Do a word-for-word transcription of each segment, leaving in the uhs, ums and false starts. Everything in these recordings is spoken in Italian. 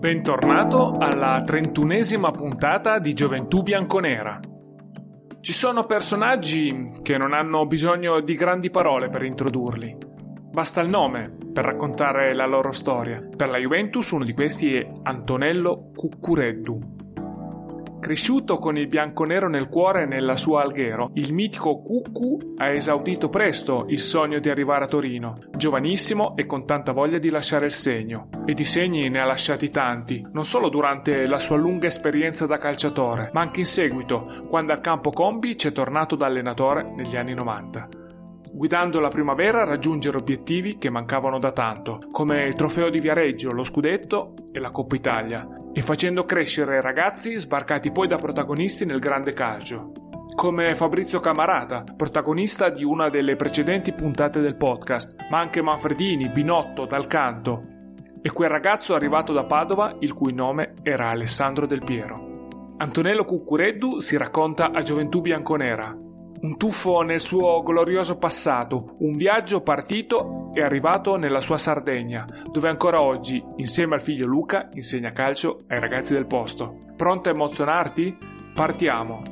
Bentornato alla trentunesima puntata di Gioventù Bianconera. Ci sono personaggi che non hanno bisogno di grandi parole per introdurli. Basta il nome per raccontare la loro storia. Per la Juventus uno di questi è Antonello Cuccureddu. Cresciuto con il bianconero nel cuore e nella sua Alghero, il mitico Cuccu ha esaudito presto il sogno di arrivare a Torino, giovanissimo e con tanta voglia di lasciare il segno. E di segni ne ha lasciati tanti, non solo durante la sua lunga esperienza da calciatore, ma anche in seguito, quando al campo Combi c'è tornato da allenatore negli anni novanta. Guidando la primavera a raggiungere obiettivi che mancavano da tanto, come il trofeo di Viareggio, lo scudetto e la Coppa Italia, e facendo crescere ragazzi sbarcati poi da protagonisti nel grande calcio, come Fabrizio Camarata, protagonista di una delle precedenti puntate del podcast, ma anche Manfredini, Binotto, Dal Canto, e quel ragazzo arrivato da Padova il cui nome era Alessandro Del Piero. Antonello Cuccureddu si racconta a Gioventù Bianconera. Un tuffo nel suo glorioso passato, un viaggio partito e arrivato nella sua Sardegna, dove ancora oggi, insieme al figlio Luca, insegna calcio ai ragazzi del posto. Pronto a emozionarti? Partiamo!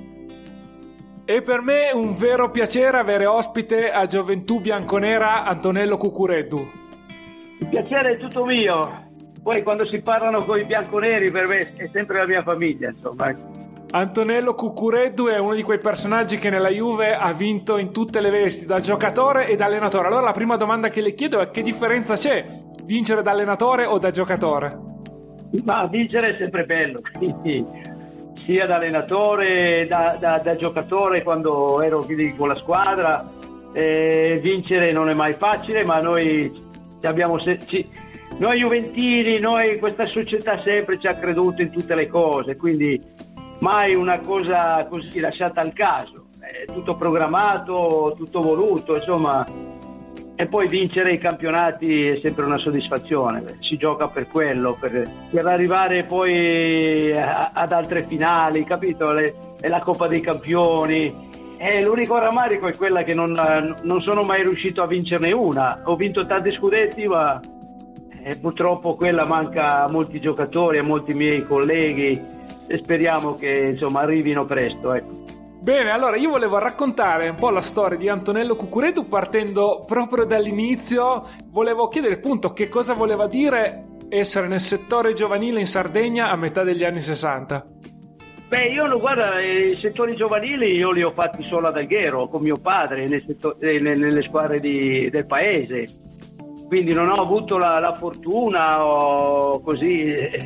E per me è un vero piacere avere ospite a Gioventù Bianconera Antonello Cuccureddu. Il piacere è tutto mio. Poi quando si parlano con i bianconeri per me è sempre la mia famiglia, insomma. Antonello Cuccureddu è uno di quei personaggi che nella Juve ha vinto in tutte le vesti, da giocatore e da allenatore. Allora la prima domanda che le chiedo è: che differenza c'è vincere da allenatore o da giocatore? Ma vincere è sempre bello, quindi sia da allenatore, da, da, da giocatore quando ero con la squadra. Eh, vincere non è mai facile, ma noi abbiamo se- ci, noi juventini, noi questa società sempre ci ha creduto in tutte le cose, quindi mai una cosa così lasciata al caso, è tutto programmato, tutto voluto, insomma. E poi vincere i campionati è sempre una soddisfazione, si gioca per quello, per, per arrivare poi a, ad altre finali, capito? Le, è la Coppa dei Campioni. E l'unico rammarico è quella che non, non sono mai riuscito a vincerne una. Ho vinto tanti scudetti, ma eh, purtroppo quella manca a molti giocatori, a molti miei colleghi, e speriamo che insomma arrivino presto, ecco. Bene, allora io volevo raccontare un po' la storia di Antonello Cuccureddu partendo proprio dall'inizio. Volevo chiedere appunto che cosa voleva dire essere nel settore giovanile in Sardegna a metà degli anni sessanta. Beh, io no, guarda, i settori giovanili io li ho fatti solo ad Alghero con mio padre nel settore, nelle squadre di, del paese, quindi non ho avuto la, la fortuna o così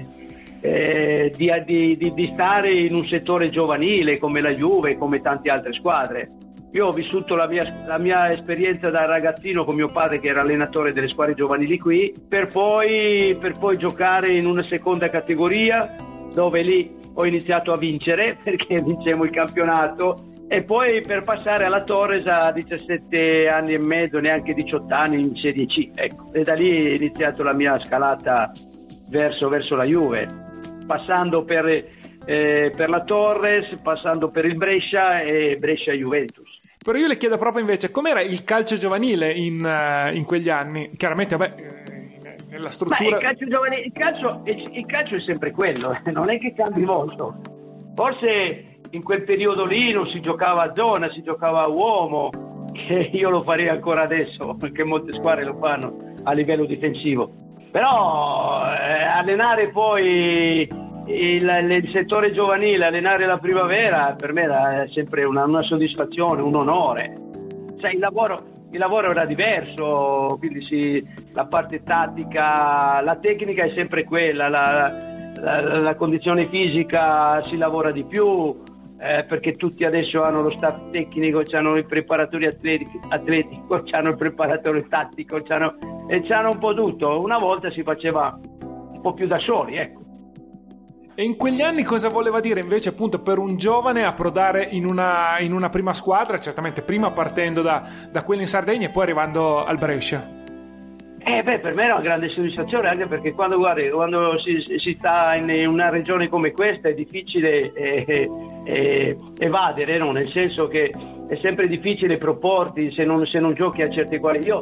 eh, di, di, di stare in un settore giovanile come la Juve, come tante altre squadre. Io ho vissuto la mia, la mia esperienza da ragazzino con mio padre, che era allenatore delle squadre giovanili qui, per poi, per poi giocare in una seconda categoria, dove lì ho iniziato a vincere perché vincemmo il campionato, e poi per passare alla Torres a diciassette anni e mezzo, neanche diciotto anni, in Serie C, ecco. E da lì è iniziato la mia scalata verso, verso la Juve, passando per, eh, per la Torres, passando per il Brescia e Brescia-Juventus. Però io le chiedo proprio invece com'era il calcio giovanile in, uh, in quegli anni. Chiaramente, vabbè, nella struttura... Ma il calcio giovanile, il calcio, il calcio è sempre quello, non è che cambi molto. Forse in quel periodo lì non si giocava a zona, si giocava a uomo, che io lo farei ancora adesso, perché molte squadre lo fanno a livello difensivo. Però eh, allenare poi il, il settore giovanile, allenare la primavera, per me era sempre una, una soddisfazione, un onore. Cioè, il lavoro, il lavoro era diverso, quindi si, la parte tattica, la tecnica è sempre quella, la, la, la condizione fisica si lavora di più, eh, perché tutti adesso hanno lo staff tecnico, hanno i preparatori atletici, atletico, hanno il preparatore tattico, c'hanno, e c'hanno un po' tutto. Una volta si faceva un po' più da soli, ecco. E in quegli anni cosa voleva dire invece appunto per un giovane approdare in una, in una prima squadra, certamente prima partendo da, da quella in Sardegna e poi arrivando al Brescia? Eh beh, per me era una grande soddisfazione, anche perché quando, guardi, quando si, si sta in una regione come questa è difficile eh, eh, evadere, no? Nel senso che è sempre difficile proporti se non, se non giochi a certe quali. Io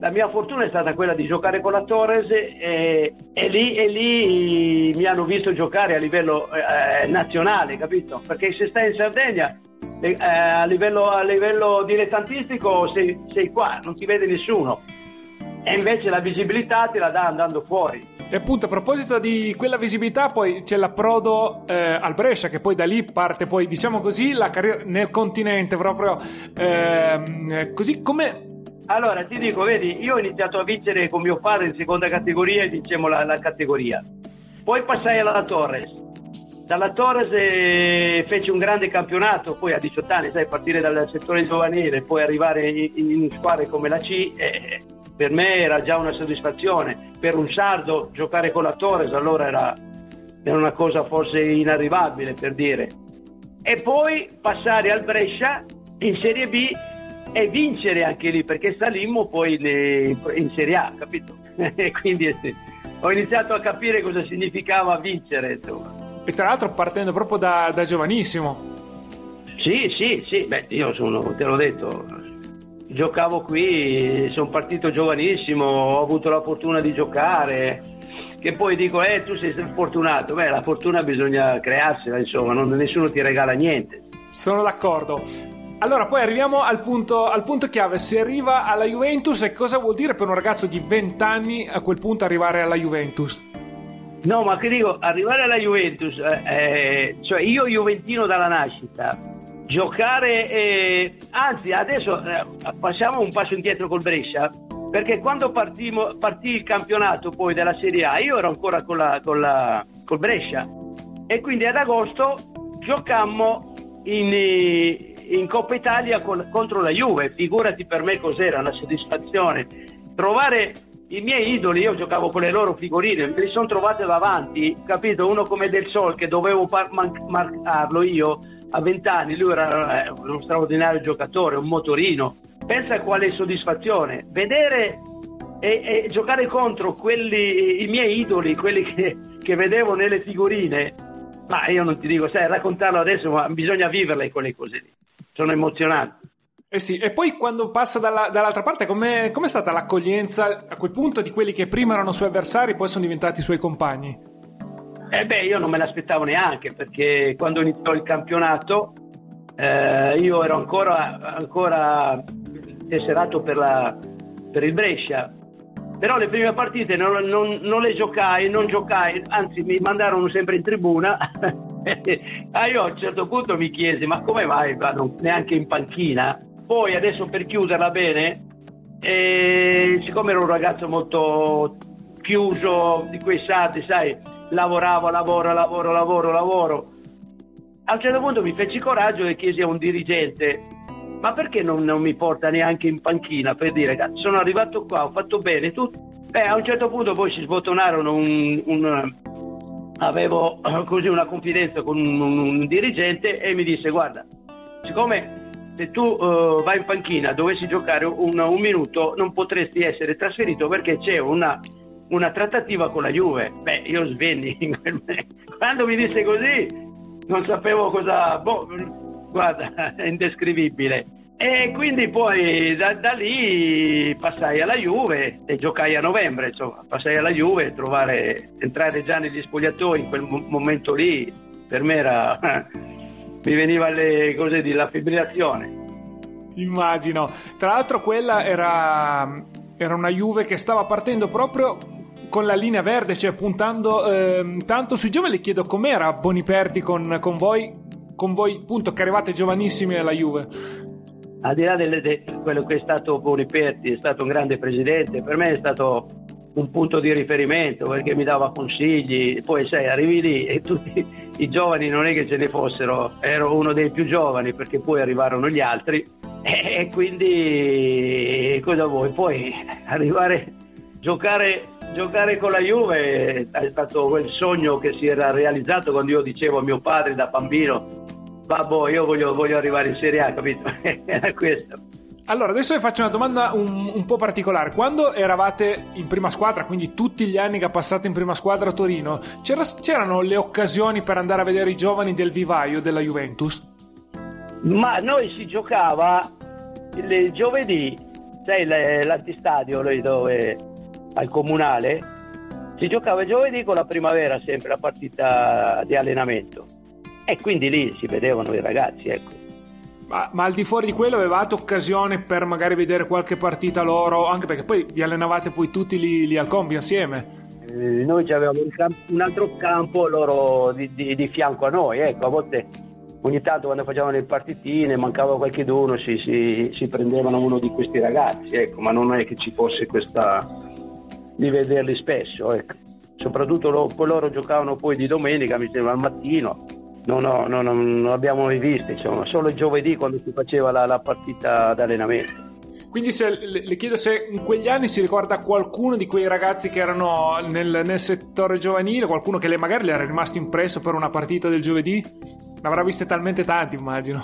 la mia fortuna è stata quella di giocare con la Torres e, e, lì, e lì mi hanno visto giocare a livello eh, nazionale, capito? Perché se stai in Sardegna eh, a, livello, a livello dilettantistico sei, sei qua, non ti vede nessuno, e invece la visibilità te la dà andando fuori. E appunto, a proposito di quella visibilità, poi c'è l'approdo eh, al Brescia, che poi da lì parte poi, diciamo così, la carriera nel continente proprio eh, così come... Allora ti dico, vedi, io ho iniziato a vincere con mio padre in seconda categoria e vincemmo la, la categoria, poi passai alla Torres, dalla Torres eh, feci un grande campionato, poi a diciotto anni, sai, partire dal settore giovanile poi arrivare in, in squadre come la C eh, per me era già una soddisfazione. Per un sardo giocare con la Torres allora era, era una cosa forse inarrivabile, per dire. E poi passare al Brescia in Serie B e vincere anche lì, perché salimmo poi in Serie A, capito? E quindi ho iniziato a capire cosa significava vincere, insomma. E tra l'altro partendo proprio da, da giovanissimo. Sì, sì, sì, beh, io sono, te l'ho detto, giocavo qui, sono partito giovanissimo, ho avuto la fortuna di giocare, che poi dico, eh, tu sei fortunato, beh, la fortuna bisogna crearsela, insomma, non, nessuno ti regala niente. Sono d'accordo. Allora, poi arriviamo al punto, al punto chiave, si arriva alla Juventus, e cosa vuol dire per un ragazzo di venti anni a quel punto arrivare alla Juventus? No, ma che dico, arrivare alla Juventus, eh, cioè io juventino dalla nascita, giocare, eh, anzi adesso eh, passiamo un passo indietro col Brescia, perché quando partimo, partì il campionato poi della Serie A, io ero ancora con la, con la, col Brescia, e quindi ad agosto giocammo in, in Coppa Italia con, contro la Juve. Figurati per me cos'era una soddisfazione trovare i miei idoli. Io giocavo con le loro figurine, me li sono trovate davanti, capito? Uno come Del Sol, che dovevo par- man- marcarlo io a vent'anni, lui era eh, uno straordinario giocatore, un motorino. Pensa quale soddisfazione vedere e, e giocare contro quelli, i miei idoli, quelli che, che vedevo nelle figurine. Ma io non ti dico, sai, raccontarlo adesso, ma bisogna viverle quelle cose lì, sono emozionanti. Eh sì, e poi quando passa dalla, dall'altra parte, com'è, com'è stata l'accoglienza a quel punto di quelli che prima erano suoi avversari, poi sono diventati suoi compagni? Eh beh, io non me l'aspettavo neanche, perché quando iniziò il campionato eh, io ero ancora, ancora tesserato per, la, per il Brescia, però le prime partite non, non, non le giocai, non giocai, anzi mi mandarono sempre in tribuna. Ah, io a un certo punto mi chiesi, ma come mai vado neanche in panchina? Poi adesso, per chiuderla bene, eh, siccome ero un ragazzo molto chiuso di quei sardi, sai, lavoravo, lavoro, lavoro, lavoro, lavoro, a un certo punto mi feci coraggio e chiesi a un dirigente, ma perché non, non mi porta neanche in panchina, per dire, sono arrivato qua, ho fatto bene tutto. Beh, a un certo punto poi si sbottonarono un, un avevo così una confidenza con un, un, un dirigente, e mi disse, guarda, siccome se tu uh, vai in panchina, dovessi giocare un, un minuto, non potresti essere trasferito perché c'è una, una trattativa con la Juve. Beh, io svenni in quel quando mi disse così non sapevo cosa, boh, guarda, è indescrivibile. E quindi poi da, da lì passai alla Juve e giocai a novembre, insomma, passai alla Juve, trovare, entrare già negli spogliatoi in quel mo- momento lì per me era mi veniva le cose di la fibrillazione. Immagino. Tra l'altro quella era era una Juve che stava partendo proprio con la linea verde, cioè puntando eh, tanto sui giovani. Le chiedo com'era Boniperti con, con voi con voi appunto che arrivate giovanissimi alla Juve. Al di là di quello che è stato Boniperti, è stato un grande presidente, per me è stato un punto di riferimento perché mi dava consigli. Poi sai, arrivi lì e tutti i giovani non è che ce ne fossero, ero uno dei più giovani perché poi arrivarono gli altri, e quindi cosa vuoi? Poi arrivare, giocare, giocare con la Juve è stato quel sogno che si era realizzato quando io dicevo a mio padre da bambino, babbo, io voglio, voglio arrivare in Serie A, capito? Era questo. Allora, adesso vi faccio una domanda un, un po' particolare. Quando eravate in prima squadra, quindi tutti gli anni che ha passato in prima squadra a Torino, c'era, c'erano le occasioni per andare a vedere i giovani del vivaio della Juventus? Ma noi si giocava il giovedì sai, l'antistadio lì dove al comunale si giocava giovedì con la Primavera, sempre la partita di allenamento, e quindi lì si vedevano i ragazzi, ecco. Ma, ma al di fuori di quello avevate occasione per magari vedere qualche partita loro, anche perché poi vi allenavate poi tutti lì, lì al Combi assieme? Eh, noi avevamo un, camp- un altro campo loro di, di, di fianco a noi, ecco. A volte, ogni tanto quando facevano le partitine mancava qualche d'uno, si, si, si prendevano uno di questi ragazzi, ecco, ma non è che ci fosse questa di vederli spesso, ecco. Soprattutto lo, loro giocavano poi di domenica, mi sembra al mattino. No, no, no, no, non abbiamo mai visto, insomma, solo il giovedì quando si faceva la, la partita d'allenamento. Quindi se, le, le chiedo se in quegli anni si ricorda qualcuno di quei ragazzi che erano nel, nel settore giovanile, qualcuno che le, magari le era rimasto impresso per una partita del giovedì? Ne avrà viste talmente tanti, immagino.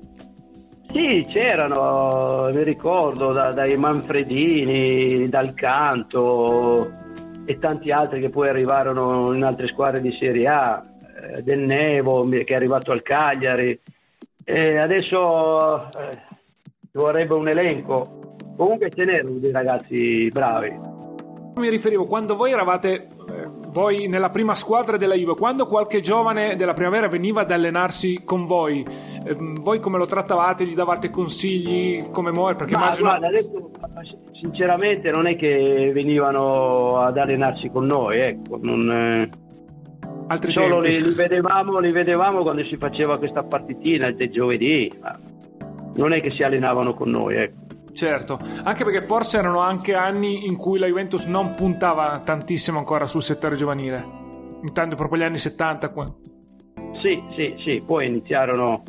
Sì, c'erano, mi ricordo, da, dai Manfredini, dal Canto e tanti altri che poi arrivarono in altre squadre di Serie A. Del Nevo che è arrivato al Cagliari, e adesso eh, vorrebbe un elenco, comunque ce n'erano dei ragazzi bravi. Mi riferivo quando voi eravate eh, voi nella prima squadra della Juve, quando qualche giovane della Primavera veniva ad allenarsi con voi, eh, voi come lo trattavate? Gli davate consigli come muore? Perché Ma immagino... guarda, adesso sinceramente non è che venivano ad allenarsi con noi, ecco, non eh... Altri solo tempi. li, li vedevamo li vedevamo quando si faceva questa partitina del giovedì, ma non è che si allenavano con noi, ecco. Certo, anche perché forse erano anche anni in cui la Juventus non puntava tantissimo ancora sul settore giovanile, intanto proprio gli anni settanta qua. Sì, sì, sì, poi iniziarono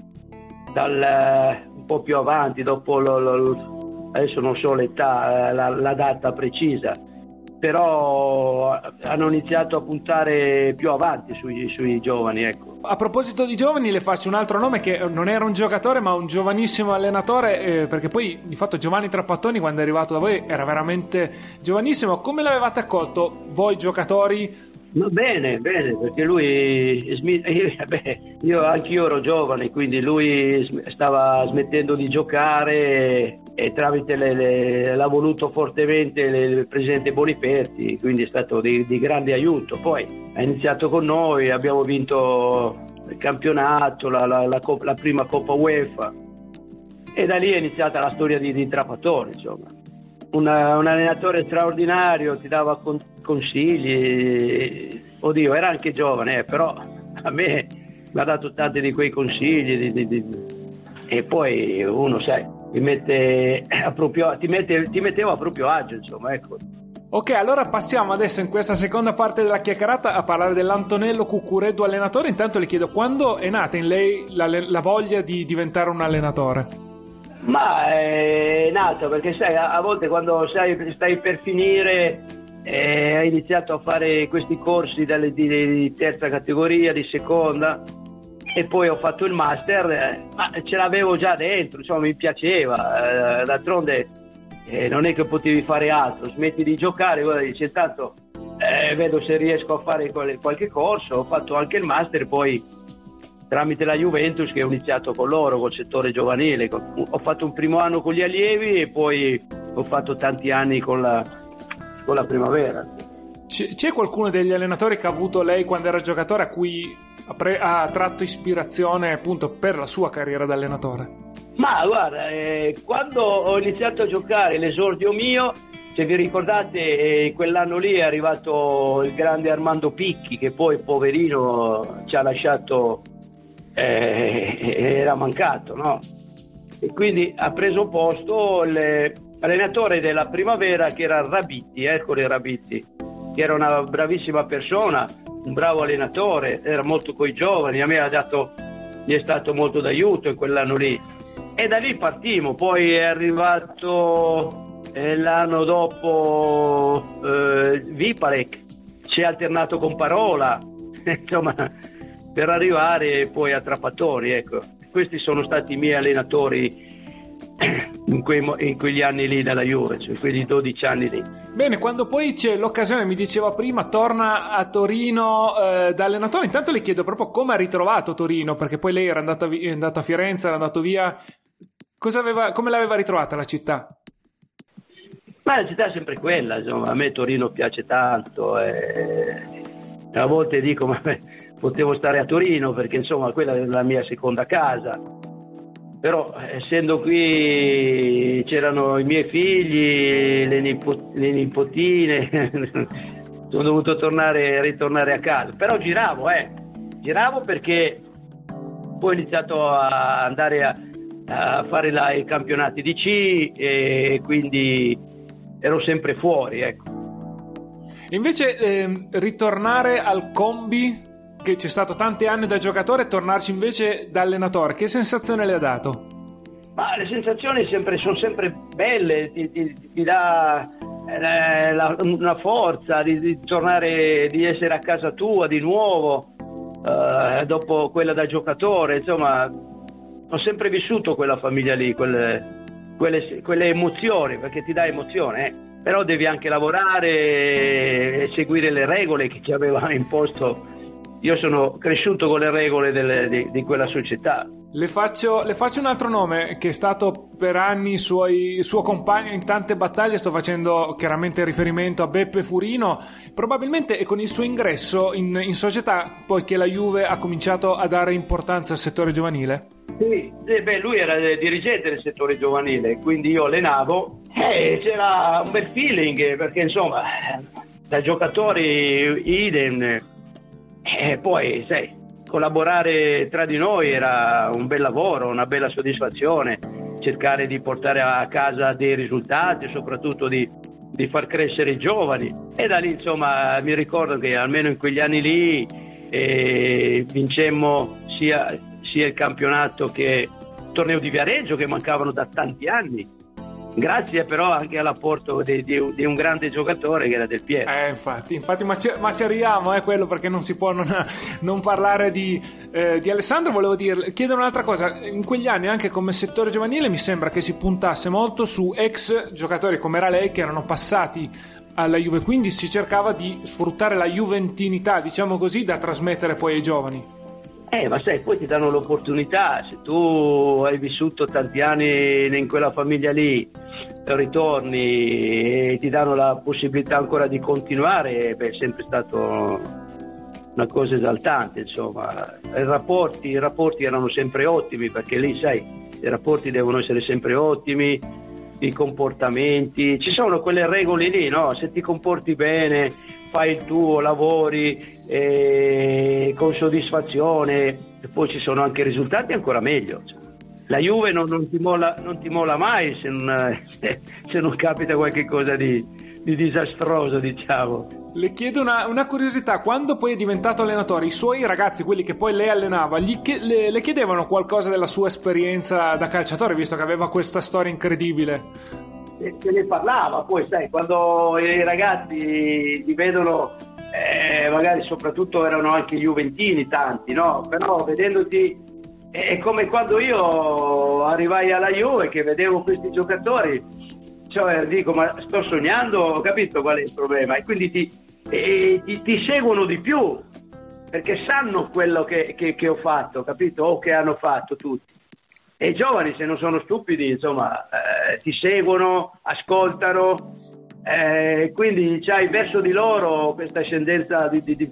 dal un po' più avanti, dopo lo, lo, adesso non so l'età, la, la data precisa, però hanno iniziato a puntare più avanti sui, sui giovani, ecco. A proposito di giovani, le faccio un altro nome che non era un giocatore ma un giovanissimo allenatore, eh, perché poi di fatto Giovanni Trapattoni quando è arrivato da voi era veramente giovanissimo. Come l'avevate accolto voi giocatori? Ma bene, bene, perché lui io, beh, io anch'io ero giovane, quindi lui stava smettendo di giocare e tramite le, le, l'ha voluto fortemente il presidente Boniperti, quindi è stato di, di grande aiuto. Poi ha iniziato con noi, abbiamo vinto il campionato, la, la, la, la prima Coppa UEFA, e da lì è iniziata la storia di, di Trapattoni, insomma. Una, un allenatore straordinario, ti dava con, consigli, oddio era anche giovane, eh, però a me mi ha dato tanti di quei consigli di, di, di, e poi uno sai ti mette a proprio ti, mette, ti metteva a proprio agio, insomma, ecco. Ok, allora passiamo adesso in questa seconda parte della chiacchierata a parlare dell'Antonello Cuccureddu allenatore. Intanto le chiedo, quando è nata in lei la, la voglia di diventare un allenatore? Ma è nato perché sai, a volte quando sai, stai per finire, eh, hai iniziato a fare questi corsi dalle, di, di terza categoria, di seconda, e poi ho fatto il master, eh, ma ce l'avevo già dentro, insomma mi piaceva, eh, d'altronde eh, non è che potevi fare altro, smetti di giocare, guarda, dice tanto eh, vedo se riesco a fare qualche corso. Ho fatto anche il master, poi tramite la Juventus che ho iniziato con loro, col settore giovanile. Ho fatto un primo anno con gli allievi e poi ho fatto tanti anni con la, con la Primavera. C'è qualcuno degli allenatori che ha avuto lei quando era giocatore a cui ha, pre- ha tratto ispirazione appunto per la sua carriera da allenatore? Ma guarda, eh, quando ho iniziato a giocare, l'esordio mio, se vi ricordate, eh, quell'anno lì è arrivato il grande Armando Picchi, che poi poverino ci ha lasciato, Eh, era mancato, no? E quindi ha preso posto l'allenatore della Primavera, che era Rabitti, Ercole Rabitti, che era una bravissima persona, un bravo allenatore, era molto coi giovani, a me ha dato, gli è stato molto d'aiuto in quell'anno lì, e da lì partimmo. Poi è arrivato eh, l'anno dopo eh, Vipalek, ci ha alternato con Parola insomma, per arrivare poi a Trapattoni, ecco. Questi sono stati i miei allenatori in, quei, in quegli anni lì della Juve, cioè quei dodici anni lì. Bene, quando poi c'è l'occasione, mi diceva prima, torna a Torino eh, da allenatore. Intanto le chiedo proprio come ha ritrovato Torino, perché poi lei era andata, è andato a Firenze, era andato via. Cosa aveva, come l'aveva ritrovata la città? Ma la città è sempre quella, insomma, a me Torino piace tanto, e a volte dico ma potevo stare a Torino perché insomma quella è la mia seconda casa, però essendo qui c'erano i miei figli, le, nipo- le nipotine, sono dovuto tornare, ritornare a casa, però giravo, eh, giravo perché poi ho iniziato a andare a, a fare la, i campionati di C e quindi ero sempre fuori, ecco. Invece eh, ritornare al combi, che c'è stato tanti anni da giocatore, e tornarci invece da allenatore, che sensazione le ha dato? Ma le sensazioni sempre, sono sempre belle, ti, ti, ti dà eh, la, una forza di, di tornare, di essere a casa tua di nuovo, eh, dopo quella da giocatore, insomma, ho sempre vissuto quella famiglia lì, quelle... Quelle, quelle emozioni, perché ti dà emozione, eh. Però devi anche lavorare e seguire le regole che ci avevano imposto. Io sono cresciuto con le regole delle, di, di quella società. Le faccio, le faccio un altro nome che è stato per anni suoi, suo compagno in tante battaglie. Sto facendo chiaramente riferimento a Beppe Furino. Probabilmente è con il suo ingresso in, in società poi che la Juve ha cominciato a dare importanza al settore giovanile. Sì, beh, lui era dirigente del settore giovanile, quindi io allenavo e c'era un bel feeling, perché insomma da giocatori idem, e poi sai, collaborare tra di noi era un bel lavoro, una bella soddisfazione, cercare di portare a casa dei risultati, soprattutto di, di far crescere i giovani, e da lì insomma mi ricordo che almeno in quegli anni lì eh, vincemmo sia sia il campionato che il torneo di Viareggio, che mancavano da tanti anni, grazie però anche all'apporto di, di, di un grande giocatore che era Del Piero. Eh, infatti, infatti ma, ci, ma ci arriviamo, è eh, quello, perché non si può non, non parlare di, eh, di Alessandro. Volevo dire, chiedere un'altra cosa: in quegli anni anche come settore giovanile mi sembra che si puntasse molto su ex giocatori come era lei, che erano passati alla Juve, quindi si cercava di sfruttare la juventinità, diciamo così, da trasmettere poi ai giovani. Eh, ma sai, poi ti danno l'opportunità, se tu hai vissuto tanti anni in quella famiglia lì, ritorni e ti danno la possibilità ancora di continuare, beh, è sempre stato una cosa esaltante, insomma. I rapporti, i rapporti erano sempre ottimi, perché lì, sai, i rapporti devono essere sempre ottimi, i comportamenti, ci sono quelle regole lì, no? Se ti comporti bene, fai il tuo, lavori eh, con soddisfazione, e poi ci sono anche risultati ancora meglio. La Juve non, non, ti, molla, non ti molla mai se non, se non capita qualche cosa di, di disastroso, diciamo. Le chiedo una, una curiosità: quando poi è diventato allenatore, i suoi ragazzi, quelli che poi lei allenava, gli, le, le chiedevano qualcosa della sua esperienza da calciatore, visto che aveva questa storia incredibile? Se ne parlava, poi sai, quando i ragazzi ti vedono, eh, magari soprattutto erano anche juventini tanti, no? Però vedendoti, è come quando io arrivai alla Juve, che vedevo questi giocatori, cioè dico, ma sto sognando, ho capito qual è il problema, e quindi ti, e, ti, ti seguono di più, perché sanno quello che, che, che ho fatto, capito? O che hanno fatto tutti. E i giovani, se non sono stupidi, insomma, eh, ti seguono, ascoltano, eh, quindi c'hai verso di loro questa ascendenza di, di, di,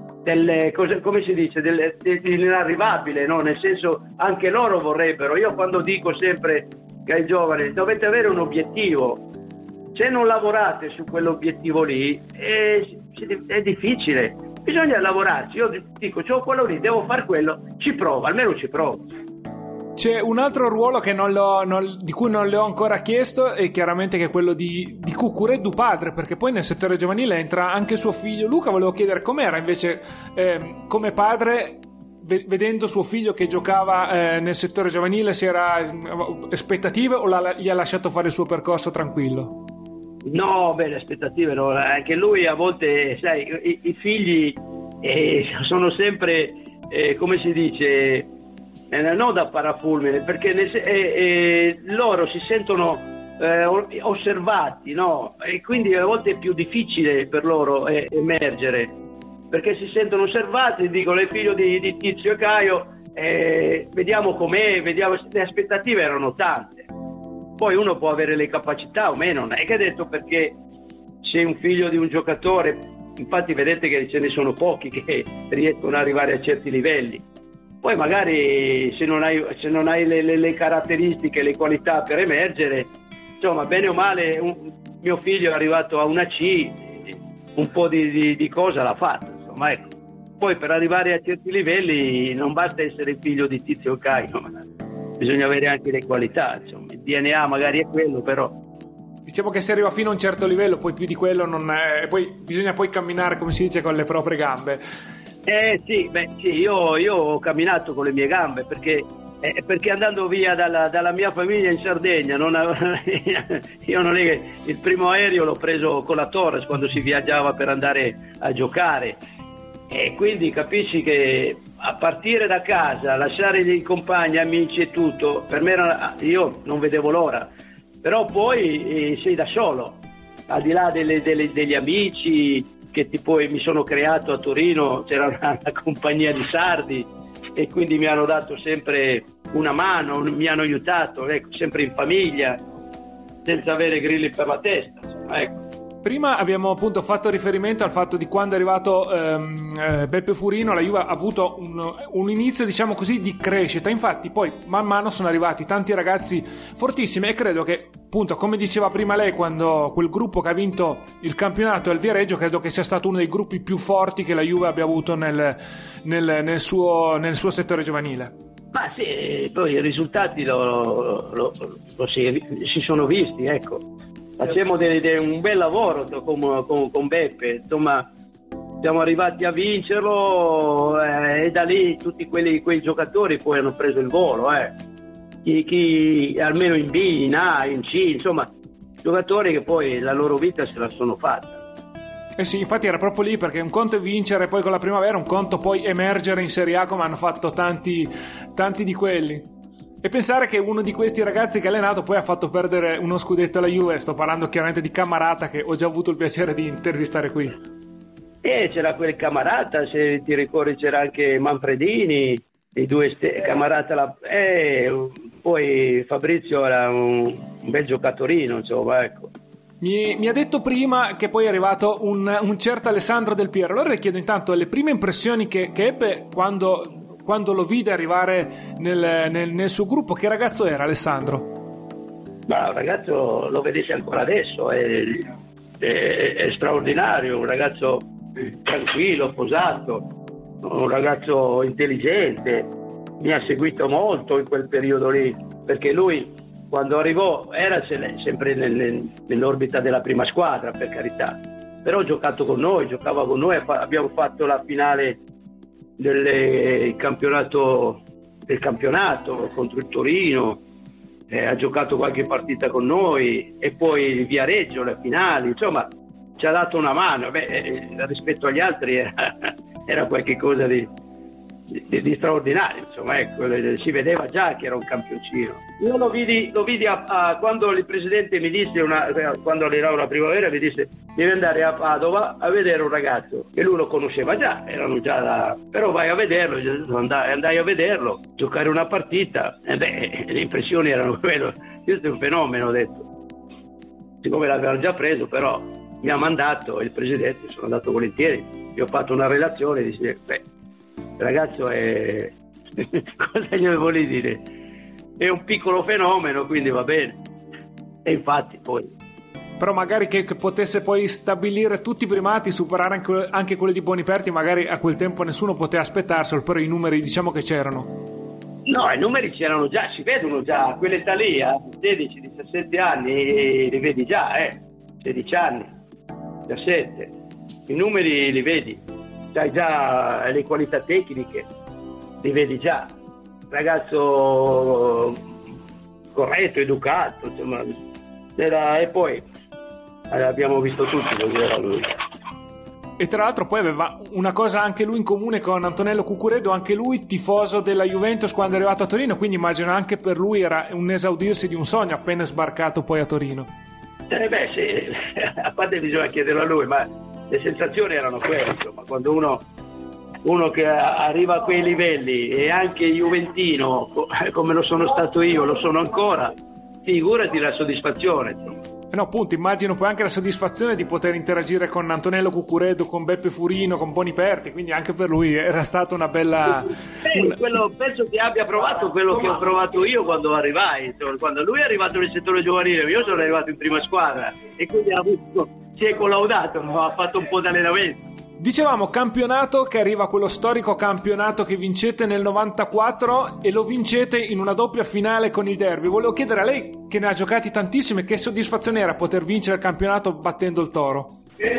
delle cose, come si dice, del, dell'inarrivabile, no? Nel senso, anche loro vorrebbero. Io quando dico sempre ai giovani, dovete avere un obiettivo, se non lavorate su quell'obiettivo lì è, è difficile, bisogna lavorarci. Io dico, c'ho quello lì, devo fare quello, ci provo, almeno ci provo. C'è un altro ruolo che non l'ho, non, di cui non le ho ancora chiesto, e chiaramente che è quello di, di Cucureddu padre, perché poi nel settore giovanile entra anche suo figlio Luca. Volevo chiedere com'era invece eh, come padre, vedendo suo figlio che giocava eh, nel settore giovanile, se era aspettative o la, gli ha lasciato fare il suo percorso tranquillo? No, beh, le aspettative no, anche lui a volte, sai, i, i figli eh, sono sempre, eh, come si dice, eh, non da parafulmine, perché ne, eh, eh, loro si sentono eh, osservati, no? E quindi a volte è più difficile per loro eh, emergere, perché si sentono osservati, dicono il figlio di, di Tizio e Caio, eh, vediamo com'è, vediamo, le aspettative erano tante. Poi uno può avere le capacità o meno, non è che è detto perché sei un figlio di un giocatore, infatti vedete che ce ne sono pochi che riescono ad arrivare a certi livelli. Poi magari se non hai, se non hai le, le, le caratteristiche, le qualità per emergere, insomma, bene o male, un, mio figlio è arrivato a una C, un po' di, di, di cosa l'ha fatto, insomma, ecco. Poi per arrivare a certi livelli non basta essere il figlio di Tizio o Caio, ma bisogna avere anche le qualità, insomma. Il D N A magari è quello, però diciamo che si arriva fino a un certo livello, poi più di quello non è, poi bisogna poi camminare, come si dice, con le proprie gambe. Eh sì, beh sì, io, io ho camminato con le mie gambe perché, eh, perché andando via dalla, dalla mia famiglia in Sardegna, non avevo, io non è che il primo aereo l'ho preso con la Torres quando si viaggiava per andare a giocare, e quindi capisci che a partire da casa, lasciare i compagni, amici e tutto, per me era, io non vedevo l'ora, però poi eh, sei da solo, al di là delle, delle, degli amici che ti poi mi sono creato a Torino, c'era una, una compagnia di sardi e quindi mi hanno dato sempre una mano, mi hanno aiutato, ecco, sempre in famiglia, senza avere grilli per la testa, insomma, ecco. Prima abbiamo appunto fatto riferimento al fatto di quando è arrivato ehm, eh, Beppe Furino, la Juve ha avuto un, un inizio, diciamo così, di crescita. Infatti poi man mano sono arrivati tanti ragazzi fortissimi e credo che, appunto, come diceva prima lei, quando quel gruppo che ha vinto il campionato al Viareggio, credo che sia stato uno dei gruppi più forti che la Juve abbia avuto nel, nel, nel, suo, nel suo settore giovanile. Ma sì, poi i risultati lo, lo, lo, lo si, si sono visti, ecco. Facciamo de, de un bel lavoro con, con, con Beppe, insomma siamo arrivati a vincerlo, eh, e da lì tutti quelli, quei giocatori poi hanno preso il volo, eh. chi, chi almeno in B, in A, in C, insomma giocatori che poi la loro vita se la sono fatta. Eh sì, infatti era proprio lì, perché un conto è vincere poi con la Primavera, un conto poi emergere in Serie A come hanno fatto tanti, tanti di quelli. E pensare che uno di questi ragazzi che ha allenato poi ha fatto perdere uno scudetto alla Juve. Sto parlando chiaramente di Camarata, che ho già avuto il piacere di intervistare qui. E c'era quel Camarata, se ti ricordi c'era anche Manfredini, i due ste- Camarata, la- e poi Fabrizio era un, un bel giocatorino, insomma, ecco. Mi, mi ha detto prima che poi è arrivato un, un certo Alessandro Del Piero. Allora le chiedo intanto le prime impressioni che, che ebbe quando... quando lo vide arrivare nel, nel, nel suo gruppo. Che ragazzo era Alessandro? Ma un ragazzo, lo vedete ancora adesso, è, è, è straordinario, un ragazzo tranquillo, posato, un ragazzo intelligente, mi ha seguito molto in quel periodo lì, perché lui quando arrivò era sempre nel, nell'orbita della prima squadra, per carità, però ha giocato con noi, giocava con noi, abbiamo fatto la finale del campionato, del campionato contro il Torino, eh, ha giocato qualche partita con noi e poi il Viareggio, le finali, insomma ci ha dato una mano. Beh, eh, rispetto agli altri era, era qualche cosa di, di, di straordinario, insomma, ecco, si vedeva già che era un campioncino. Io lo vidi, lo vidi a, a, quando il presidente mi disse, una, quando allenavo la Primavera, mi disse devi andare a Padova a vedere un ragazzo, e lui lo conosceva già, erano già da... però vai a vederlo, andai, andai a vederlo, giocare una partita, e beh, le impressioni erano quello, questo è un fenomeno, ho detto, siccome l'avevano già preso, però mi ha mandato il presidente, sono andato volentieri, gli ho fatto una relazione e disse, beh, il ragazzo è... cosa gli volevi dire? È un piccolo fenomeno, quindi va bene, e infatti poi... Però magari che, che potesse poi stabilire tutti i primati, superare anche, anche quelli di Boniperti, magari a quel tempo nessuno poteva aspettarselo, però i numeri diciamo che c'erano. No, i numeri c'erano già, si vedono già, a quell'età lì, a sedici diciassette anni, li vedi già, eh, sedici anni, diciassette, i numeri li vedi, sai già le qualità tecniche, li vedi già, ragazzo corretto, educato, insomma, era, e poi abbiamo visto tutti così era lui. E tra l'altro poi aveva una cosa anche lui in comune con Antonello Cucuredo, anche lui tifoso della Juventus quando è arrivato a Torino, quindi immagino anche per lui era un esaudirsi di un sogno appena sbarcato poi a Torino. Eh beh sì, a parte bisogna chiederlo a lui, ma le sensazioni erano quelle, insomma, quando uno, uno che arriva a quei livelli e anche juventino come lo sono stato io, lo sono ancora, figurati la soddisfazione, insomma. Eh no, appunto, immagino poi anche la soddisfazione di poter interagire con Antonello Cucuredo, con Beppe Furino, con Boniperti, quindi anche per lui era stata una bella... Eh, una... Quello, penso che abbia provato quello che ho provato io quando arrivai, insomma, quando lui è arrivato nel settore giovanile, io sono arrivato in prima squadra e quindi ha avuto, si è collaudato, ha fatto un po' di allenamento. Dicevamo campionato, che arriva quello storico campionato che vincete nel novantaquattro e lo vincete in una doppia finale con il derby. Volevo chiedere a lei, che ne ha giocati tantissime, che soddisfazione era poter vincere il campionato battendo il Toro?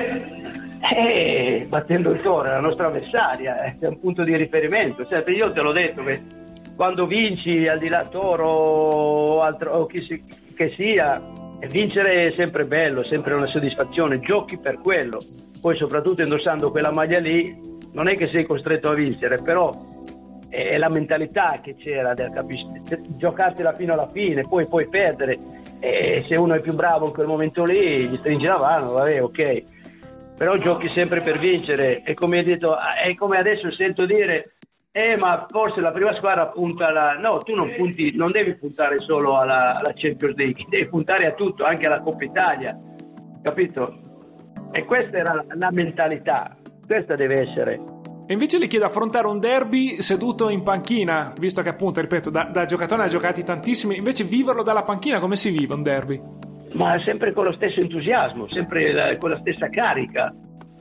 Eh, battendo il Toro, è la nostra avversaria, è un punto di riferimento. Sempre io te l'ho detto che quando vinci, al di là Toro o, altro, o chi si, che sia, vincere è sempre bello, sempre una soddisfazione, giochi per quello. Poi soprattutto indossando quella maglia lì non è che sei costretto a vincere, però è la mentalità che c'era, del, capisci? Giocartela fino alla fine, poi puoi perdere, e se uno è più bravo in quel momento lì gli stringi la mano, vabbè, ok, però giochi sempre per vincere. E come hai detto, è come adesso sento dire eh ma forse la prima squadra punta alla... no, tu non punti, non devi puntare solo alla, alla Champions League, devi puntare a tutto, anche alla Coppa Italia, capito? E questa era la mentalità, questa deve essere. E invece le chiedo affrontare un derby seduto in panchina, visto che appunto, ripeto, da, da giocatore ne ha giocati tantissimi, invece viverlo dalla panchina, come si vive un derby? Ma sempre con lo stesso entusiasmo, sempre la, con la stessa carica.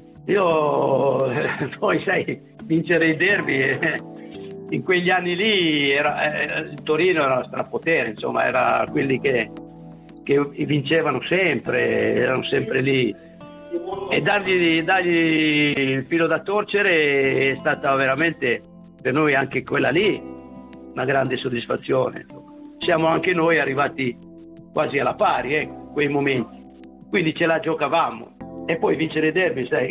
Io poi sai, vincere i derby eh, in quegli anni lì era, eh, il Torino era strapotere, insomma, era quelli che, che vincevano sempre, erano sempre lì. E dargli, dargli il filo da torcere è stata veramente per noi anche quella lì una grande soddisfazione. Siamo anche noi arrivati quasi alla pari, eh, quei momenti, quindi ce la giocavamo. E poi vincere derby, sai,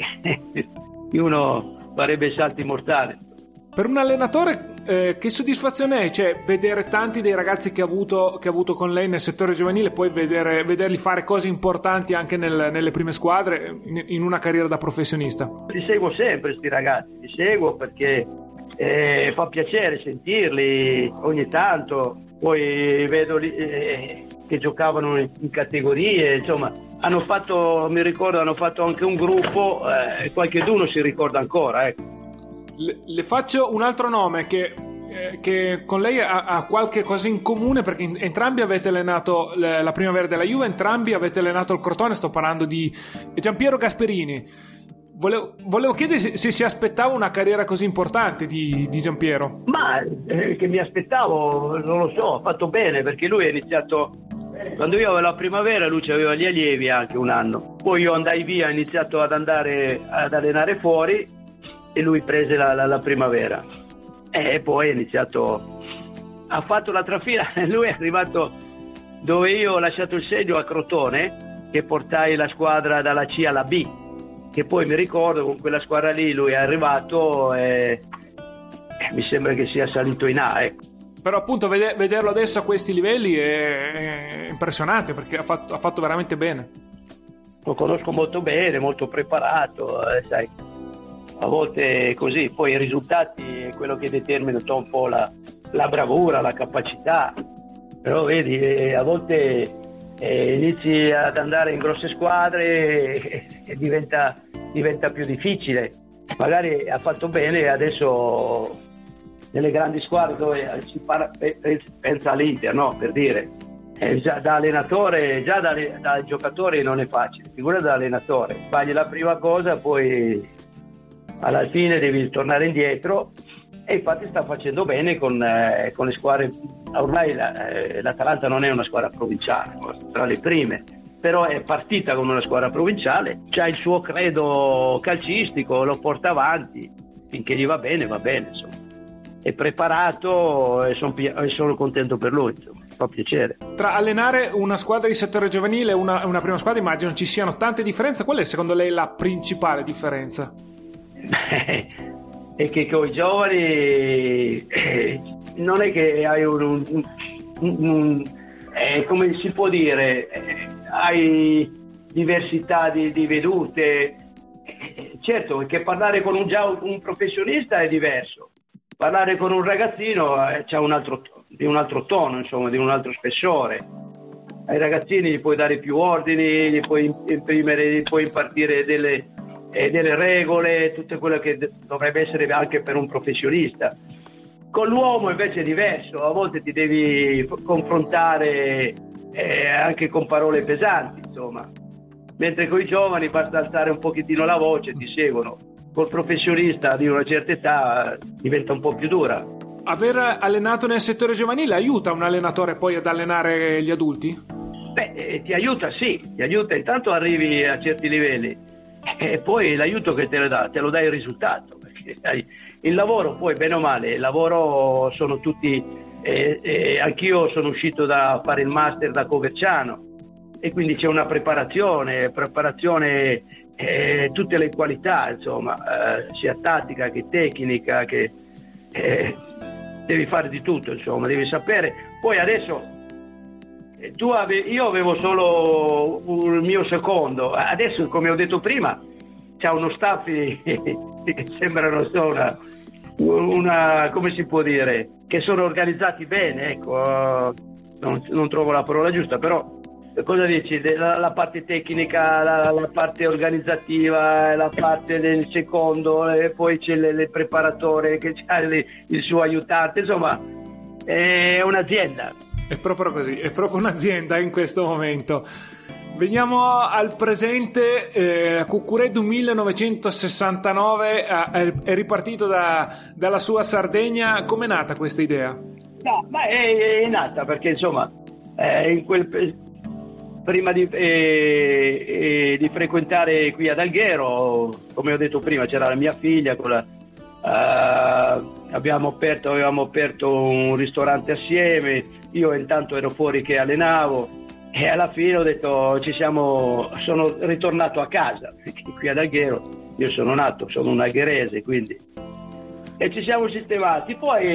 uno farebbe salti mortali. Per un allenatore eh, che soddisfazione è, cioè, vedere tanti dei ragazzi che ha avuto, che ha avuto con lei nel settore giovanile, poi vedere, vederli fare cose importanti anche nel, nelle prime squadre in, in una carriera da professionista? Li seguo sempre sti ragazzi, li seguo perché eh, fa piacere sentirli ogni tanto, poi vedo li, eh, che giocavano in, in categorie, insomma hanno fatto, mi ricordo, hanno fatto anche un gruppo, eh, qualcheduno si ricorda ancora, ecco. Le, le faccio un altro nome che, eh, che con lei ha, ha qualche cosa in comune, perché in, entrambi avete allenato le, la primavera della Juve, entrambi avete allenato il Crotone. Sto parlando di Giampiero Gasperini. Volevo, volevo chiedere se, se si aspettava una carriera così importante di, di Giampiero. Ma eh, che mi aspettavo, non lo so, ha fatto bene, perché lui ha iniziato quando io avevo la primavera, lui aveva gli allievi anche un anno, poi io andai via, ho iniziato ad andare ad allenare fuori e lui prese la, la, la primavera e poi è iniziato, ha fatto la trafila. Lui è arrivato dove io ho lasciato il segno, a Crotone, che portai la squadra dalla C alla B, che poi mi ricordo con quella squadra lì lui è arrivato e, e mi sembra che sia salito in A, ecco. Però appunto vederlo adesso a questi livelli è, è impressionante, perché ha fatto, ha fatto veramente bene. Lo conosco molto bene, molto preparato, eh, sai, a volte è così, poi i risultati è quello che determina un po' la, la bravura, la capacità, però vedi, eh, a volte eh, inizi ad andare in grosse squadre e, e diventa, diventa più difficile. Magari ha fatto bene e adesso nelle grandi squadre dove si parla, pensa all'Inter, no? Per dire, eh, già da allenatore, già da, da giocatore non è facile, figura da allenatore, sbagli la prima cosa, poi alla fine devi tornare indietro, e infatti sta facendo bene con, eh, con le squadre. Ormai la, eh, l'Atalanta non è una squadra provinciale, tra le prime, però è partita con una squadra provinciale, c'ha il suo credo calcistico, lo porta avanti, finché gli va bene va bene, insomma. È preparato e sono, sono contento per lui, insomma, fa piacere. Tra allenare una squadra di settore giovanile e una, una prima squadra immagino ci siano tante differenze. Qual è secondo lei la principale differenza? È che con i giovani eh, non è che hai un, un, un, un eh, come si può dire, eh, hai diversità di, di vedute, eh, certo, perché parlare con un, già un professionista è diverso, parlare con un ragazzino eh, c'ha un altro, di un altro tono, insomma, di un altro spessore, ai ragazzini gli puoi dare più ordini, gli puoi imprimere, gli puoi impartire delle, eh, delle regole, tutto quello che dovrebbe essere anche per un professionista. Con l'uomo invece è diverso, a volte ti devi confrontare eh, anche con parole pesanti, insomma, mentre con i giovani basta alzare un pochettino la voce e ti seguono. Col professionista di una certa età diventa un po' più dura. Aver allenato nel settore giovanile aiuta un allenatore poi ad allenare gli adulti? Beh, eh, ti aiuta, sì, ti aiuta, intanto arrivi a certi livelli e poi l'aiuto che te lo dà, te lo dà il risultato, perché sai, il lavoro poi bene o male, il lavoro sono tutti, eh, eh, anch'io sono uscito da fare il master da Coverciano e quindi c'è una preparazione, preparazione eh, tutte le qualità, insomma, eh, sia tattica che tecnica, che eh, devi fare di tutto, insomma, devi sapere. Poi adesso eh, tu ave, io avevo solo un mio secondo, adesso come ho detto prima c'è uno staff che sembrano una, una, come si può dire, che sono organizzati bene, ecco, non, non trovo la parola giusta, però cosa dici? La, la parte tecnica, la, la parte organizzativa, la parte del secondo, e poi c'è il, il preparatore che ha il, il suo aiutante, insomma è un'azienda. È proprio così, è proprio un'azienda in questo momento. Veniamo al presente. eh, Cuccureddu millenovecentosessantanove eh, è ripartito da, dalla sua Sardegna. Com'è nata questa idea? No, ma è, è nata perché insomma eh, in quel prima di, eh, eh, di frequentare qui ad Alghero, come ho detto prima, c'era la mia figlia, con la, uh, abbiamo aperto, avevamo aperto un ristorante assieme, io intanto ero fuori che allenavo e alla fine ho detto ci siamo, sono ritornato a casa, perché qui ad Alghero io sono nato, sono un algherese, quindi, e ci siamo sistemati.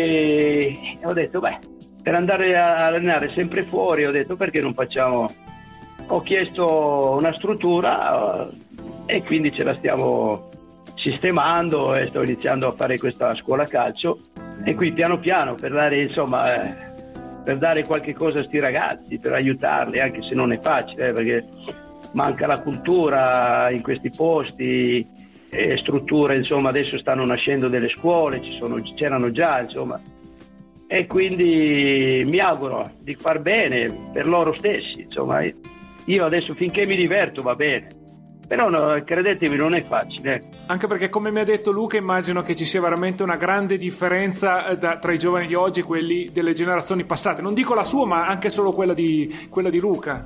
Poi ho detto beh, per andare a allenare sempre fuori, ho detto perché non facciamo. Ho chiesto una struttura uh, e quindi ce la stiamo sistemando e sto iniziando a fare questa scuola calcio e qui piano piano per dare insomma eh, per dare qualche cosa a sti ragazzi, per aiutarli, anche se non è facile eh, perché manca la cultura in questi posti e strutture, insomma adesso stanno nascendo delle scuole, ci sono, c'erano già, insomma, e quindi mi auguro di far bene per loro stessi, insomma. Io adesso finché mi diverto va bene, però no, credetemi non è facile. Anche perché, come mi ha detto Luca, immagino che ci sia veramente una grande differenza da, tra i giovani di oggi e quelli delle generazioni passate. Non dico la sua, ma anche solo quella di, quella di Luca.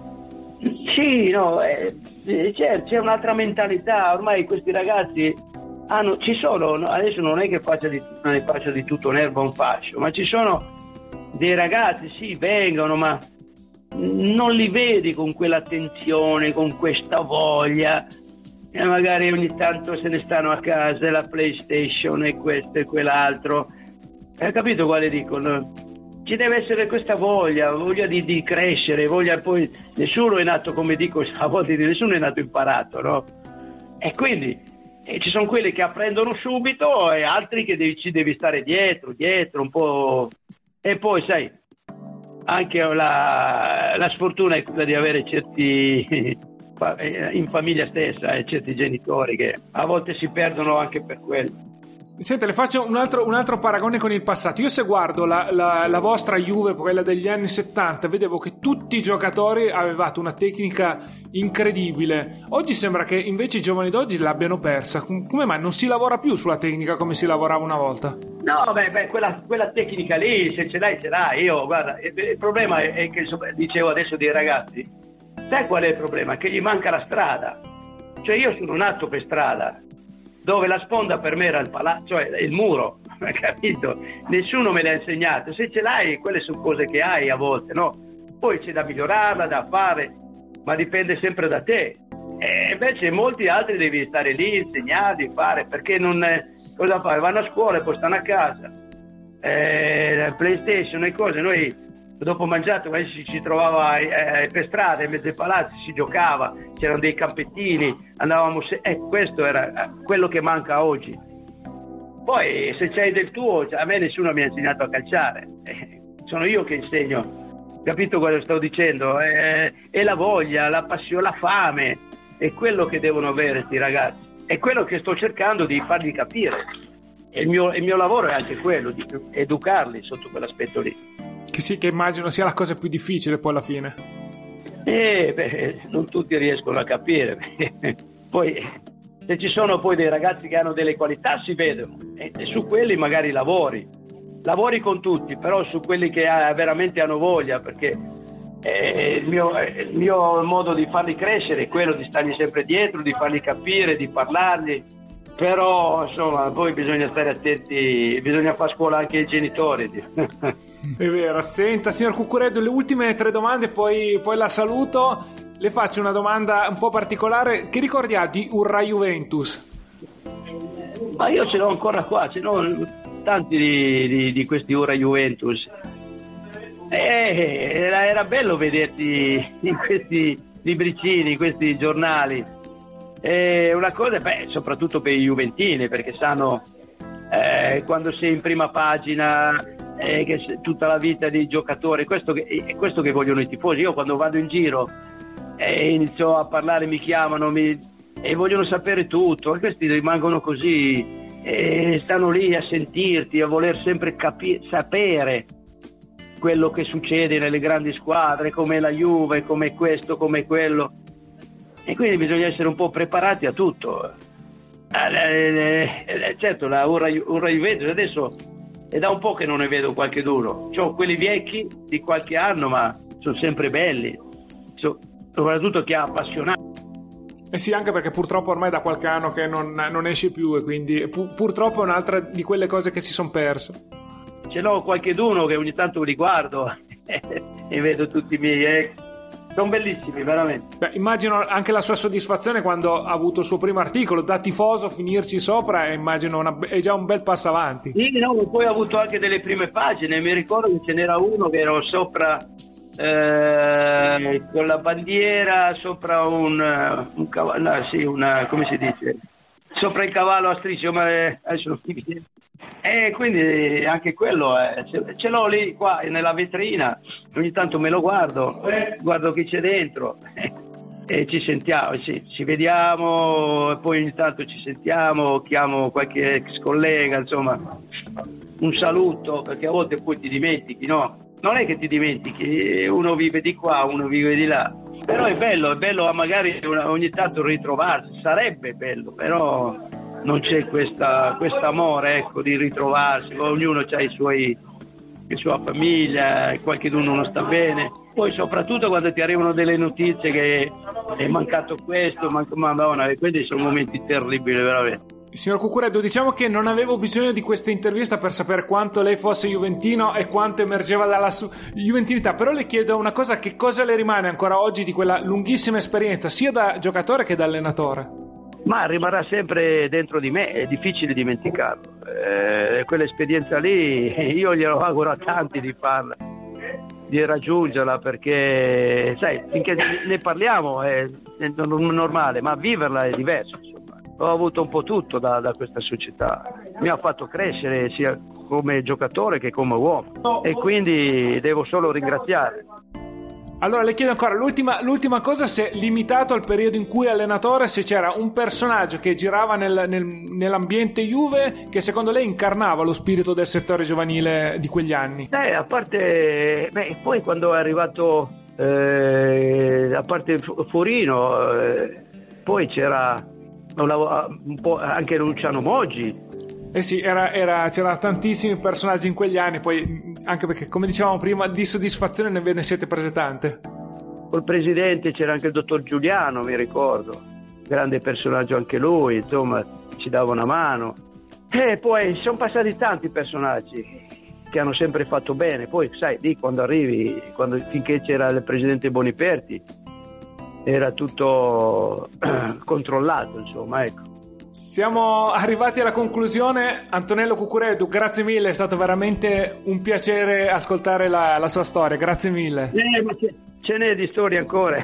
Sì, no, eh, c'è, c'è un'altra mentalità. Ormai questi ragazzi hanno, ci sono, adesso non è che faccia di, non ne faccia di tutto un'erba un fascio, ma ci sono dei ragazzi, sì, vengono, ma non li vedi con quell'attenzione, con questa voglia, e magari ogni tanto se ne stanno a casa, la PlayStation e questo e quell'altro. Hai capito quale dicono? Ci deve essere questa voglia, voglia di, di crescere, voglia. Poi nessuno è nato, come dico a volte, nessuno è nato imparato, no? E quindi e ci sono quelli che apprendono subito e altri che devi, ci devi stare dietro, dietro un po'. E poi sai, anche la, la sfortuna è quella di avere certi in famiglia stessa e eh, certi genitori che a volte si perdono anche per quello. Senta, le faccio un altro, un altro paragone con il passato. Io se guardo la, la, la vostra Juve, quella degli anni settanta, vedevo che tutti i giocatori avevate una tecnica incredibile. Oggi sembra che invece i giovani d'oggi l'abbiano persa. Come mai non si lavora più sulla tecnica come si lavorava una volta? No, beh, beh quella, quella tecnica lì, se ce l'hai, ce l'hai. Io, guarda, il, il problema è, è che, dicevo adesso dei ragazzi, sai qual è il problema? Che gli manca la strada. Cioè io sono nato per strada, dove la sponda per me era il palazzo, cioè il muro, capito? Nessuno me l'ha insegnato. Se ce l'hai, quelle sono cose che hai a volte, no? Poi c'è da migliorarla, da fare, ma dipende sempre da te. E invece molti altri devi stare lì, insegnarli, fare, perché non... Cosa fai? Vanno a scuola e poi stanno a casa. Eh, PlayStation e cose, noi dopo mangiato ci, ci trovava eh, per strada in mezzo ai palazzi, si giocava, c'erano dei campettini, andavamo se- eh, questo era quello che manca oggi. Poi se c'hai del tuo, a me nessuno mi ha insegnato a calciare, eh, sono io che insegno capito cosa sto dicendo? È, è la voglia, la passione, la fame, è quello che devono avere questi ragazzi, è quello che sto cercando di fargli capire. E il mio, il mio lavoro è anche quello, di educarli sotto quell'aspetto lì. Che sì, che immagino sia la cosa più difficile poi alla fine. Eh, beh, non tutti riescono a capire. Poi, se ci sono poi dei ragazzi che hanno delle qualità, si vedono, e, e su quelli magari lavori. Lavori con tutti, però su quelli che ha, veramente hanno voglia, perché eh, il, mio, il mio modo di farli crescere è quello di stargli sempre dietro, di farli capire, di parlargli. Però insomma poi bisogna stare attenti, bisogna fare scuola anche ai genitori. È vero. Senta, signor Cuccureddu, le ultime tre domande, poi, poi la saluto. Le faccio una domanda un po' particolare. Che ricordi ha di Urra Juventus? Ma io ce l'ho ancora qua, ce n'ho tanti di, di, di questi Urra Juventus. Eh, era, era bello vederti in questi libricini, in questi giornali. È una cosa, beh, soprattutto per i juventini, perché sanno eh, quando sei in prima pagina eh, che tutta la vita dei giocatori, questo che, è questo che vogliono i tifosi. Io quando vado in giro e eh, inizio a parlare, mi chiamano mi, e vogliono sapere tutto, e questi rimangono così, e stanno lì a sentirti, a voler sempre capi- sapere quello che succede nelle grandi squadre, come la Juve, come questo, come quello. E quindi bisogna essere un po' preparati a tutto. Eh, eh, certo, la Urra, Urra Juventus adesso è da un po' che non ne vedo qualche duro. C'ho quelli vecchi di qualche anno, ma sono sempre belli, so, soprattutto chi ha appassionato. Eh sì, anche perché purtroppo ormai da qualche anno che non, non esce più, e quindi pu- purtroppo è un'altra di quelle cose che si sono perse. Ce l'ho qualche d'uno che ogni tanto li guardo e vedo tutti i miei ex. Sono bellissimi, veramente. Beh, immagino anche la sua soddisfazione quando ha avuto il suo primo articolo, da tifoso finirci sopra, e immagino una, è già un bel passo avanti. Sì, no, poi ho avuto anche delle prime pagine, mi ricordo che ce n'era uno che ero sopra eh, con la bandiera, sopra un, un cavallo, no, sì, una, come si dice? Sopra il cavallo a strisce, ma adesso non mi viene. E quindi anche quello eh, ce, ce l'ho lì qua nella vetrina, ogni tanto me lo guardo, guardo chi c'è dentro eh, e ci sentiamo, sì, ci vediamo, e poi ogni tanto ci sentiamo, chiamo qualche ex collega, insomma un saluto, perché a volte poi ti dimentichi, no? Non è che ti dimentichi, uno vive di qua, uno vive di là, però è bello, è bello magari ogni tanto ritrovarsi, sarebbe bello, però non c'è questa amore, ecco, di ritrovarsi. Ognuno ha i suoi, la sua famiglia, qualcuno non sta bene. Poi soprattutto quando ti arrivano delle notizie che è mancato questo, manca, madonna, e quelli sono momenti terribili veramente. Signor Cuccureddu, diciamo che non avevo bisogno di questa intervista per sapere quanto lei fosse juventino e quanto emergeva dalla sua juventinità, però le chiedo una cosa: che cosa le rimane ancora oggi di quella lunghissima esperienza sia da giocatore che da allenatore? Ma rimarrà sempre dentro di me, è difficile dimenticarlo. Eh, quell'esperienza lì io glielo auguro a tanti di farla, di raggiungerla, perché sai, finché ne parliamo è, è normale, ma viverla è diverso, insomma. Ho avuto un po' tutto da, da questa società, mi ha fatto crescere sia come giocatore che come uomo, e quindi devo solo ringraziare. Allora le chiedo ancora l'ultima, l'ultima cosa, se limitato al periodo in cui è allenatore, se c'era un personaggio che girava nel, nel, nell'ambiente Juve che secondo lei incarnava lo spirito del settore giovanile di quegli anni. Eh, a parte, beh, poi quando è arrivato eh, a parte Forino, eh, poi c'era un, un po' anche Luciano Moggi. Eh sì, era, era, c'era tantissimi personaggi in quegli anni, poi anche perché, come dicevamo prima, di soddisfazione ne, ve ne siete prese tante. Col presidente c'era anche il dottor Giuliano, mi ricordo, grande personaggio anche lui, insomma, ci dava una mano. E poi sono passati tanti personaggi che hanno sempre fatto bene. Poi sai, lì quando arrivi, quando, finché c'era il presidente Boniperti, era tutto controllato, insomma, ecco. Siamo arrivati alla conclusione. Antonello Cuccureddu, grazie mille, è stato veramente un piacere ascoltare la, la sua storia, grazie mille. Eh, ma ce, ce n'è di storia ancora.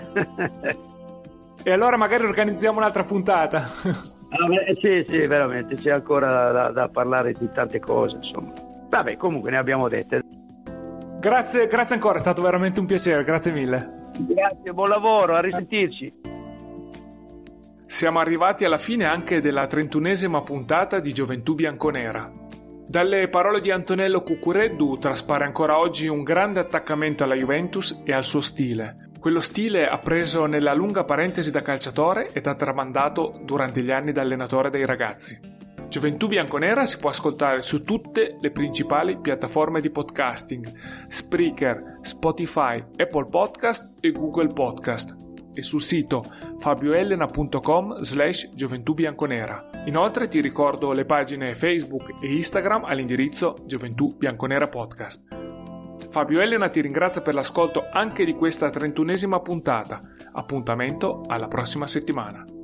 E allora magari organizziamo un'altra puntata. Ah, beh, sì, sì, veramente, c'è ancora da, da parlare di tante cose, insomma. Vabbè, comunque ne abbiamo dette. Grazie, grazie ancora, è stato veramente un piacere, grazie mille. Grazie, buon lavoro, a risentirci. Siamo arrivati alla fine anche della trentunesima puntata di Gioventù Bianconera. Dalle parole di Antonello Cucureddu traspare ancora oggi un grande attaccamento alla Juventus e al suo stile. Quello stile appreso nella lunga parentesi da calciatore e da tramandato durante gli anni da allenatore dei ragazzi. Gioventù Bianconera si può ascoltare su tutte le principali piattaforme di podcasting: Spreaker, Spotify, Apple Podcast e Google Podcast, e sul sito fabioelena.com slash Gioventù Bianconera. Inoltre ti ricordo le pagine Facebook e Instagram all'indirizzo Gioventù Bianconera Podcast. Fabio Elena ti ringrazia per l'ascolto anche di questa trentunesima puntata. Appuntamento alla prossima settimana.